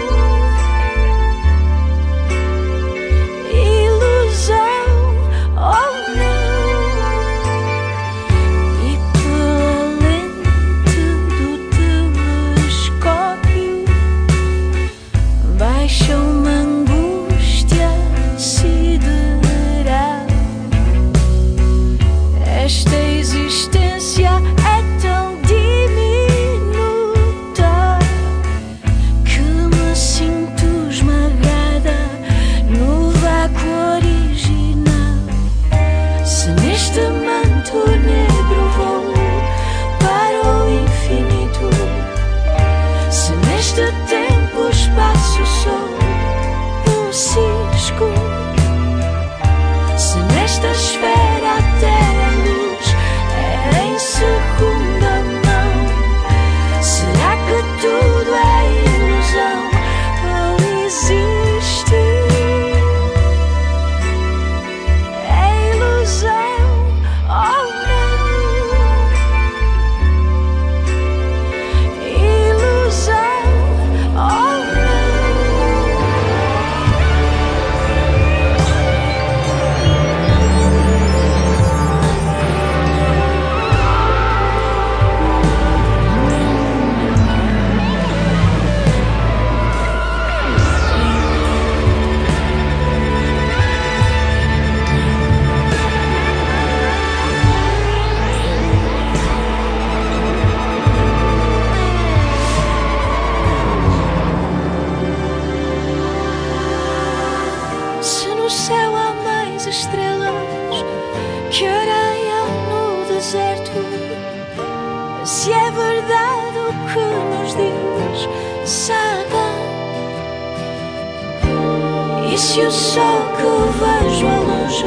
Se o sol que vejo ao longe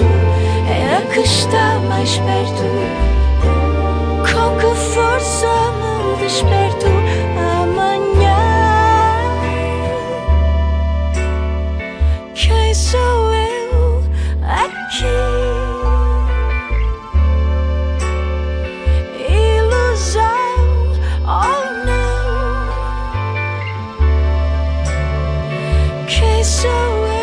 é a que está mais perto, com que força me desperto amanhã? Quem sou eu aqui? Ilusão ou não? Quem sou eu?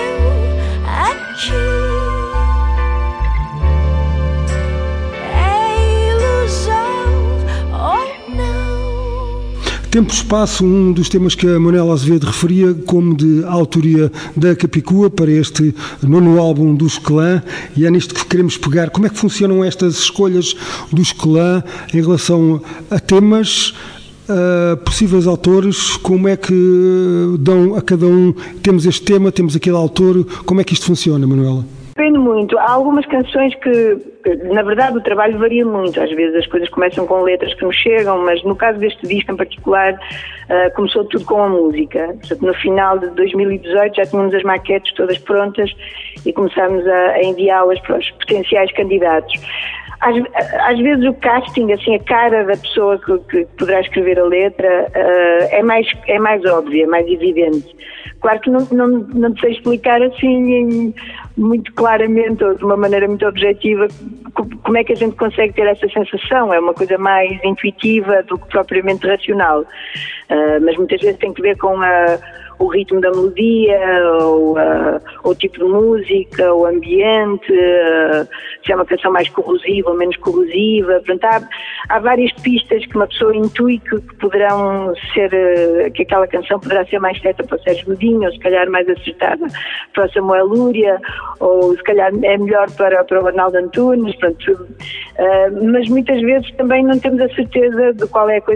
É ilusão ou não? Tempo Espaço, um dos temas que a Manuela Azevedo referia como de autoria da Capicua para este 9º álbum dos Clã, e é nisto que queremos pegar. Como é que funcionam estas escolhas dos Clã em relação a temas, possíveis autores? Como é que dão a cada um, temos este tema, temos aquele autor, como é que isto funciona, Manuela? Depende muito. Há algumas canções que, na verdade, o trabalho varia muito. Às vezes as coisas começam com letras que nos chegam, mas no caso deste disco em particular, começou tudo com a música. Portanto, no final de 2018 já tínhamos as maquetes todas prontas e começámos a enviá-las para os potenciais candidatos. Às vezes o casting, assim, a cara da pessoa que poderá escrever a letra é mais óbvia, é mais evidente. Claro que não sei explicar assim muito claramente ou de uma maneira muito objetiva como é que a gente consegue ter essa sensação. É uma coisa mais intuitiva do que propriamente racional, mas muitas vezes tem que ver com o ritmo da melodia, ou o tipo de música, o ambiente, se é uma canção mais corrosiva ou menos corrosiva. Portanto, há várias pistas que uma pessoa intui que poderão ser, que aquela canção poderá ser mais certa para o Sérgio Godinho, ou se calhar mais acertada para o Samuel Lúria, ou se calhar é melhor para o Arnaldo Antunes. Portanto, mas muitas vezes também não temos a certeza de qual é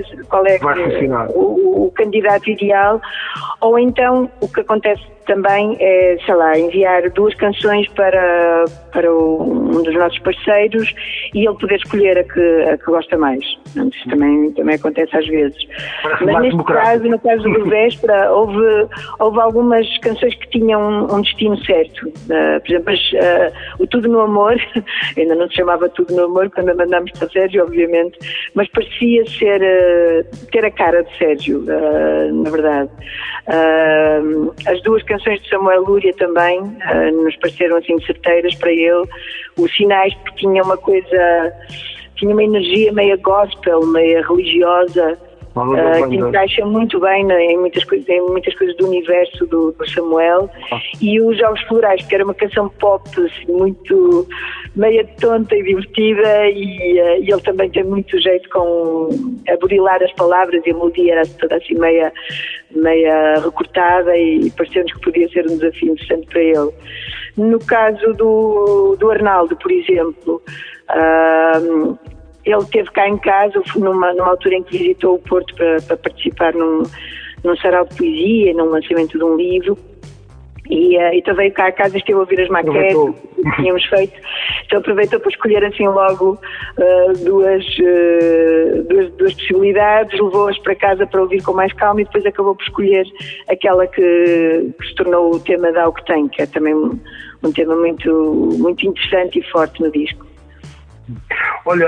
o candidato ideal, ou então o que acontece também é, sei lá, enviar 2 canções para um dos nossos parceiros e ele poder escolher a que gosta mais. Isso também acontece às vezes. Parece Mas no caso do Véspera, houve algumas canções que tinham um destino certo. Por exemplo, o Tudo no Amor, ainda não se chamava Tudo no Amor quando a mandámos para Sérgio, obviamente, mas parecia ter a cara de Sérgio, na verdade. As duas canções de Samuel Lúria também nos pareceram assim certeiras para ele. Os Sinais, porque tinha uma energia meio gospel, meio religiosa, que encaixa muito bem em muitas coisas do universo do Samuel. E os Jogos Florais, que era uma canção pop assim, muito meia tonta e divertida, e ele também tem muito jeito com a burilar as palavras, e a melodia era toda assim meia recortada, e pareceu-nos que podia ser um desafio interessante para ele. No caso do Arnaldo, por exemplo, ele esteve cá em casa numa altura em que visitou o Porto para participar num sarau de poesia, num lançamento de um livro, e então veio cá a casa e esteve a ouvir as maquetes que tínhamos feito. Então aproveitou para escolher assim logo duas possibilidades, levou-as para casa para ouvir com mais calma, e depois acabou por escolher aquela que se tornou o tema da Ao Que Tem, que é também um tema muito, muito interessante e forte no disco. Olha,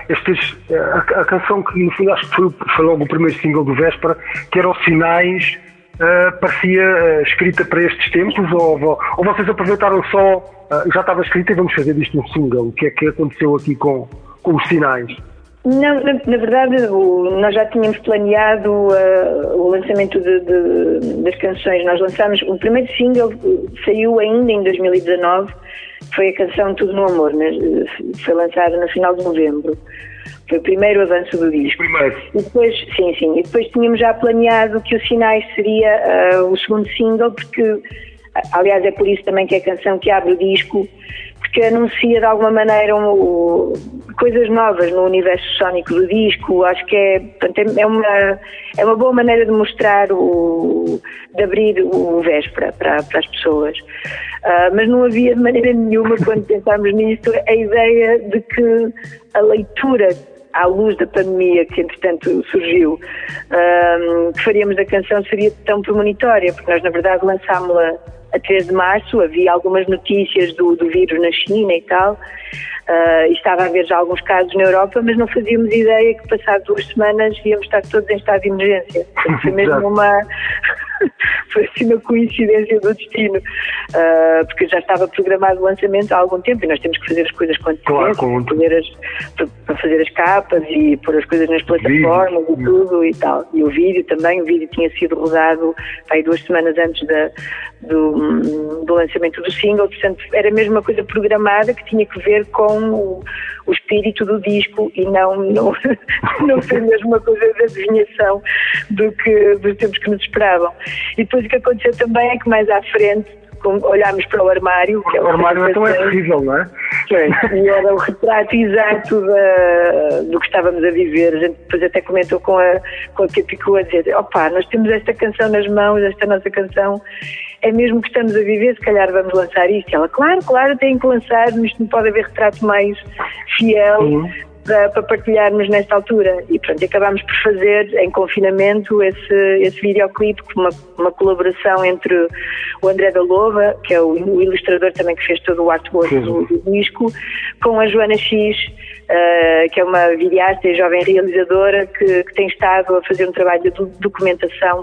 a canção que no fundo acho que foi logo o primeiro single do Véspera, que era Os Sinais, parecia escrita para estes tempos, ou vocês aproveitaram só, já estava escrita e vamos fazer disto um single? O que é que aconteceu aqui com Os Sinais? Não, na verdade nós já tínhamos planeado o lançamento das canções. Nós lançámos, o primeiro single saiu ainda em 2019, foi a canção Tudo no Amor, né? Foi lançada no final de novembro. Foi o primeiro avanço do disco. E depois, sim, e depois tínhamos já planeado que Os Sinais seria o segundo single, porque, aliás, é por isso também que é a canção que abre o disco, porque anuncia de alguma maneira coisas novas no universo sónico do disco. Acho que é uma boa maneira de mostrar, de abrir o Véspera para as pessoas. Mas não havia de maneira nenhuma, quando pensámos nisto, a ideia de que a leitura à luz da pandemia que entretanto surgiu, que faríamos da canção, seria tão premonitória, porque nós na verdade lançámos-la a 3 de março, havia algumas notícias do vírus na China e tal, e estava a haver já alguns casos na Europa, mas não fazíamos ideia que passado 2 semanas íamos estar todos em estado de emergência. Foi mesmo foi assim uma coincidência do destino, porque já estava programado o lançamento há algum tempo, e nós temos que fazer as coisas com antecedência, para fazer as capas e pôr as coisas nas plataformas e tudo e tal. E o vídeo também, tinha sido rodado aí 2 semanas antes do lançamento do single, portanto era mesmo uma coisa programada que tinha que ver com o espírito do disco, e não foi mesmo uma coisa de adivinhação dos tempos que nos esperavam. E depois o que aconteceu também é que mais à frente, olhámos para o armário. O armário então é terrível, não é? E era o retrato exato do que estávamos a viver. A gente depois até comentou com a Capicu a dizer: nós temos esta canção nas mãos, esta nossa canção, é mesmo que estamos a viver, se calhar vamos lançar isto. E ela, claro, tem que lançar, isto não pode haver retrato mais fiel para partilharmos nesta altura. E pronto, acabámos por fazer em confinamento esse videoclipe, com uma colaboração entre o André da Lova, que é o ilustrador também que fez todo o artwork do disco, com a Joana X, que é uma videasta e jovem realizadora que tem estado a fazer um trabalho de documentação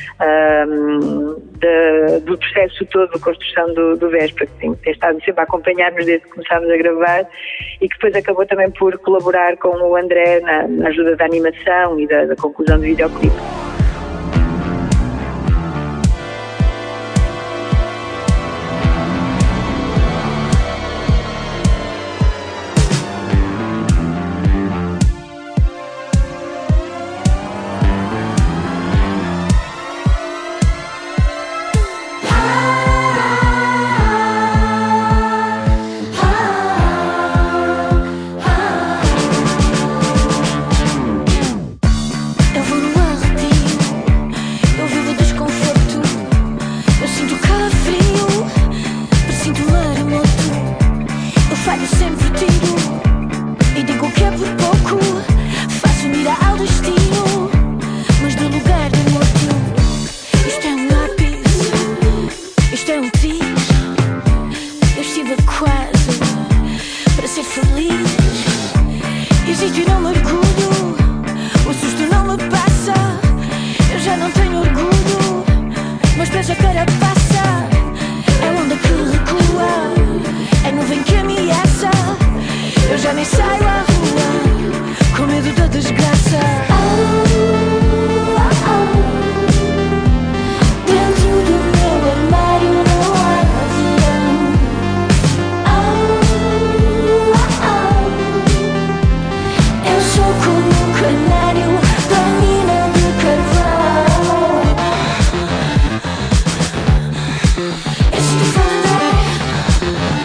do processo todo de construção do Véspera, que tem estado sempre a acompanhar-nos desde que começámos a gravar, e que depois acabou também por colaborar com o André na ajuda da animação e da conclusão do videoclipe. Eu vou no arrepio. ser feliz. Hesito e não mergulho, o susto não me passa. Eu já não tenho orgulho, mas preso a carapaça. É onda que recua, é nuvem que ameaça. Eu já nem saio à rua, com medo da desgraça. Dentro do meu armário não há verão. Eu sou como um canário da mina de carvão. Eu sinto falta de ar,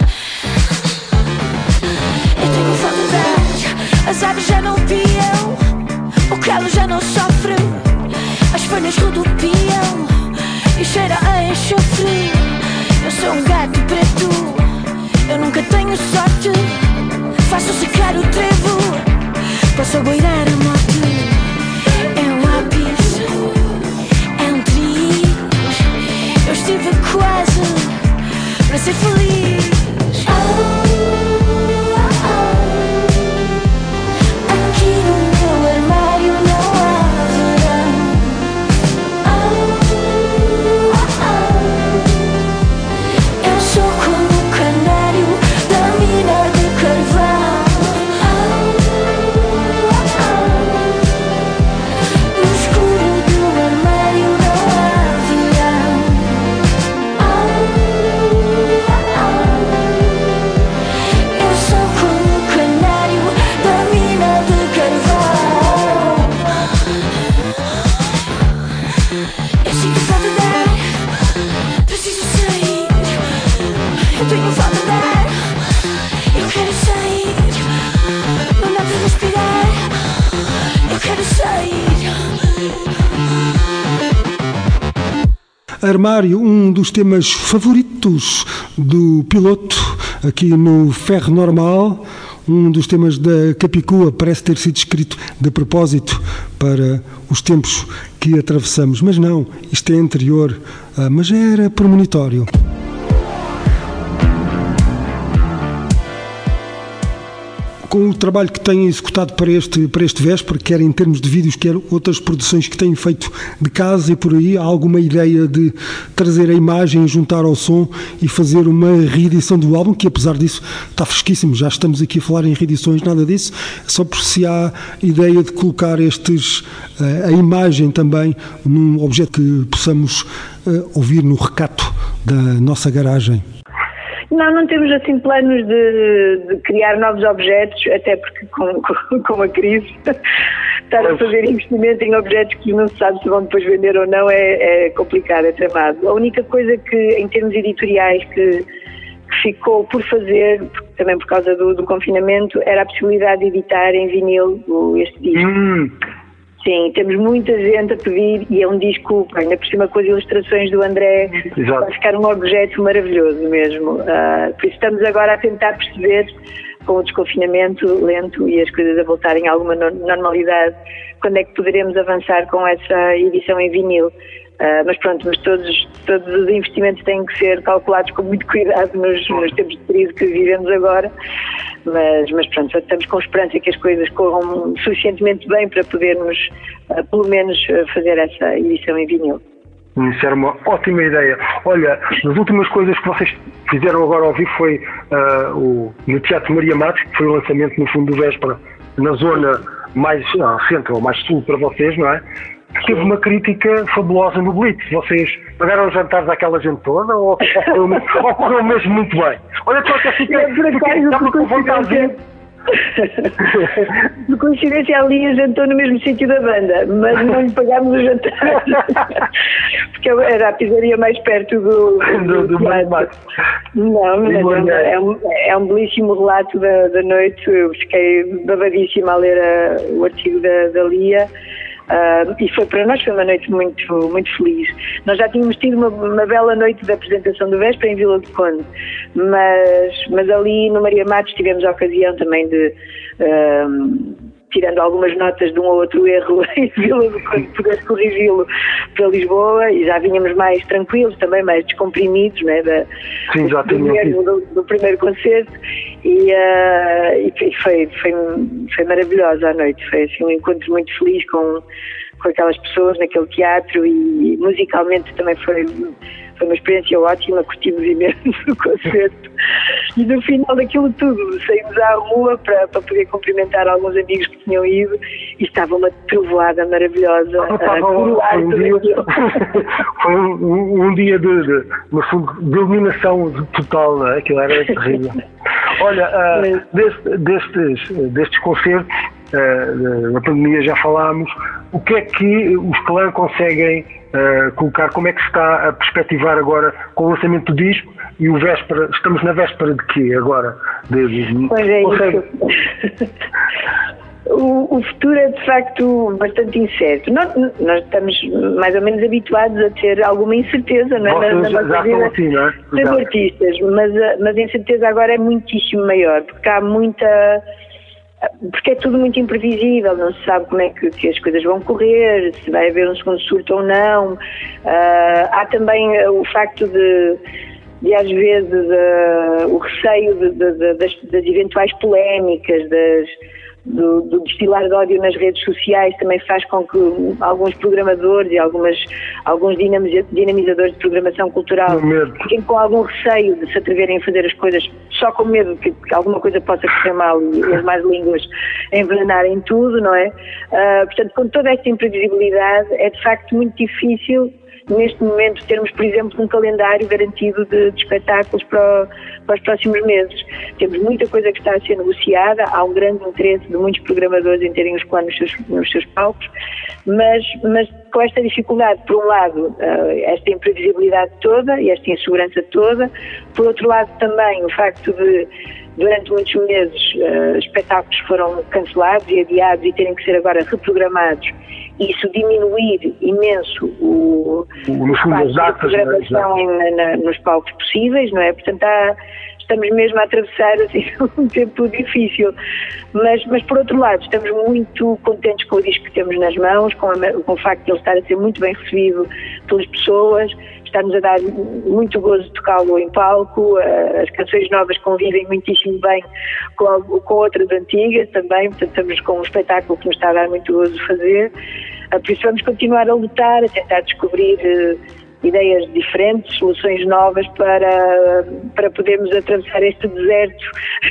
eu tenho falta de ar. As aves já não piam, o galo já não sofre, as folhas rodopiam e cheira a enxofre. Eu sou um gato preto, eu nunca tenho sorte. Faço secar o trevo, posso aguardar a morte. É um lápis, é um triz. Eu estive quase para ser feliz. Aqui no meu armário não há verão. Eu sou como um canário da mina de carvão. No escuro do armário não há verão. Eu sou como um canário da mina de carvão. Eu sinto falta de ar, preciso sair. Eu tenho falta de ar, eu quero sair. Não dá para respirar, eu quero sair. Armário, um dos temas favoritos do piloto aqui no Ferro Normal, um dos temas da Capicua, parece ter sido escrito de propósito para os tempos que atravessamos, mas não, isto é anterior, mas era premonitório. Com o trabalho que têm executado para este Véspera, quer em termos de vídeos, quer outras produções que têm feito de casa e por aí, há alguma ideia de trazer a imagem, juntar ao som e fazer uma reedição do álbum, que apesar disso está fresquíssimo, já estamos aqui a falar em reedições, nada disso, só por se há ideia de colocar a imagem também num objeto que possamos ouvir no recato da nossa garagem. Não temos assim planos de criar novos objetos, até porque com a crise estar a fazer investimento em objetos que não se sabe se vão depois vender ou não é complicado, é tramado. A única coisa que, em termos editoriais, que ficou por fazer, também por causa do confinamento, era a possibilidade de editar em vinil este disco. Sim, temos muita gente a pedir e é um disco, ainda por cima com as ilustrações do André, Exato. Vai ficar um objeto maravilhoso mesmo. Por isso estamos agora a tentar perceber, com o desconfinamento lento e as coisas a voltarem a alguma normalidade, quando é que poderemos avançar com essa edição em vinil. Mas pronto, todos os investimentos têm que ser calculados com muito cuidado nos tempos de crise que vivemos agora. Mas pronto, estamos com esperança que as coisas corram suficientemente bem para podermos, pelo menos, fazer essa edição em vinil. Isso era uma ótima ideia. Olha, das últimas coisas que vocês fizeram agora ao vivo foi no Teatro Maria Matos, que foi o lançamento, no fundo, do Véspera, na zona mais centro ou mais sul para vocês, não é? Teve uma crítica fabulosa no Blitz. Vocês pagaram jantares àquela gente toda ou correu mesmo muito bem? Olha só que assim estava com vontade. De coincidência, ali jantou no mesmo sítio da banda, mas não lhe pagámos o jantar porque era a pizzaria mais perto do teatro. Não, mas é um belíssimo relato da noite. Eu fiquei babadíssima a ler o artigo da Lia. E para nós foi uma noite muito, muito feliz. Nós já tínhamos tido uma bela noite da apresentação do Véspera em Vila do Conde, mas ali no Maria Matos tivemos a ocasião também de tirando algumas notas de um ou outro erro em Vila do Conde, pudesse corrigi-lo para Lisboa, e já vínhamos mais tranquilos, também mais descomprimidos, né, Sim, já do primeiro concerto, e foi maravilhosa a noite, foi assim um encontro muito feliz com aquelas pessoas naquele teatro, e musicalmente também foi uma experiência ótima, curtimos imenso o concerto, e no final daquilo tudo saímos à rua para poder cumprimentar alguns amigos que tinham ido, e estava uma trovoada maravilhosa foi um dia no fundo, de iluminação total, né? Aquilo era terrível. Olha, destes concertos da pandemia já falámos, o que é que os Clã conseguem colocar, como é que se está a perspectivar agora com o lançamento do disco e estamos na véspera de quê agora? Pois é isso. O futuro é de facto bastante incerto. Nós estamos mais ou menos habituados a ter alguma incerteza, não é? Já estão assim, não é? Dos artistas, mas a incerteza agora é muitíssimo maior, porque é tudo muito imprevisível, não se sabe como é que as coisas vão correr, se vai haver um segundo surto ou não. Há também o facto de às vezes o receio das eventuais polémicas, do destilar de ódio nas redes sociais, também faz com que alguns programadores e alguns dinamizadores de programação cultural fiquem com algum receio de se atreverem a fazer as coisas só com medo que alguma coisa possa correr mal e as más línguas envenenarem tudo, não é? Portanto, com toda esta imprevisibilidade, é de facto muito difícil neste momento termos, por exemplo, um calendário garantido de espetáculos para os próximos meses. Temos muita coisa que está a ser negociada, há um grande interesse de muitos programadores em terem os planos nos seus palcos, mas com esta dificuldade, por um lado, esta imprevisibilidade toda e esta insegurança toda, por outro lado também o facto de durante muitos meses espetáculos foram cancelados e adiados e terem que ser agora reprogramados, e isso diminuir imenso o espaço de programação nos palcos possíveis, não é? Portanto, estamos mesmo a atravessar assim, um tempo difícil, mas por outro lado estamos muito contentes com o disco que temos nas mãos, com o facto de ele estar a ser muito bem recebido pelas pessoas, está-nos a dar muito gozo de tocá-lo em palco, as canções novas convivem muitíssimo bem com outras antigas também, portanto estamos com um espetáculo que nos está a dar muito gozo de fazer, por isso vamos continuar a lutar, a tentar descobrir ideias diferentes, soluções novas para podermos atravessar este deserto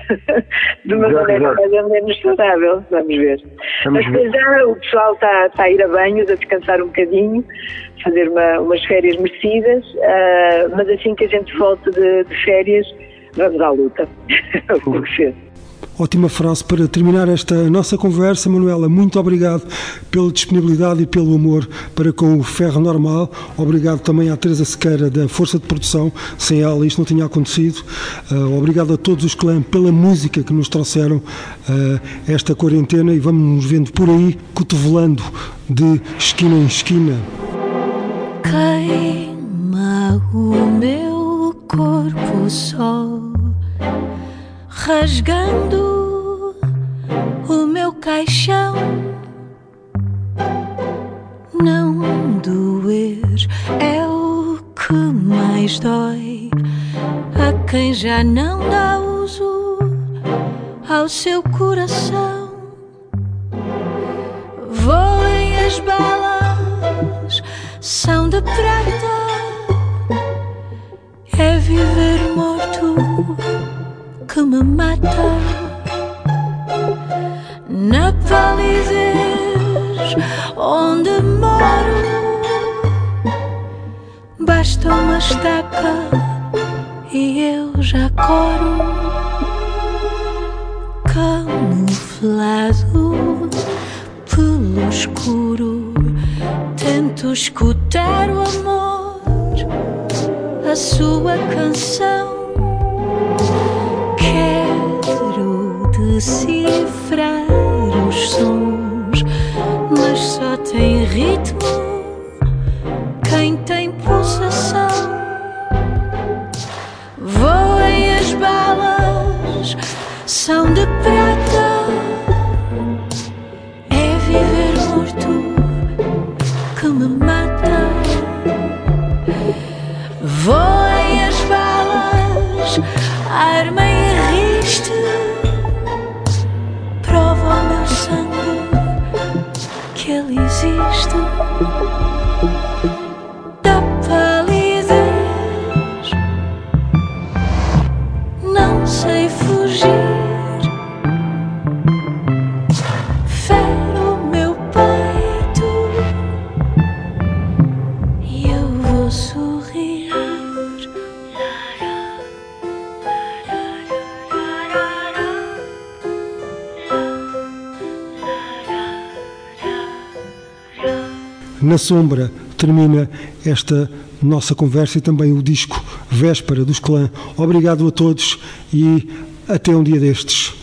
de uma maneira mais ou menos saudável, vamos ver. Mas para já o pessoal está a ir a banhos, a descansar um bocadinho, fazer umas férias merecidas, mas assim que a gente volte de férias, vamos à luta. Por ser. Ótima frase para terminar esta nossa conversa, Manuela. Muito obrigado pela disponibilidade e pelo amor para com o Ferro Normal. Obrigado também à Teresa Sequeira da Força de Produção. Sem ela isto não tinha acontecido. Obrigado a todos os Clã pela música que nos trouxeram esta quarentena, e vamos nos vendo por aí, cotovelando de esquina em esquina. Queima o meu corpo, sol, rasgando o meu caixão. Não doer é o que mais dói a quem já não dá uso ao seu coração. Voem as balas, são de prata, é viver morto que me mata. Na palidez onde moro, basta uma estaca e eu já coro. Camuflado pelo escuro, tento escutar o amor, a sua canção. Quero decifrar os sons, mas só tem ritmo quem tem pulsação. Voem as balas, são de prata, Na Sombra termina esta nossa conversa e também o disco Véspera dos Clã. Obrigado a todos e até um dia destes.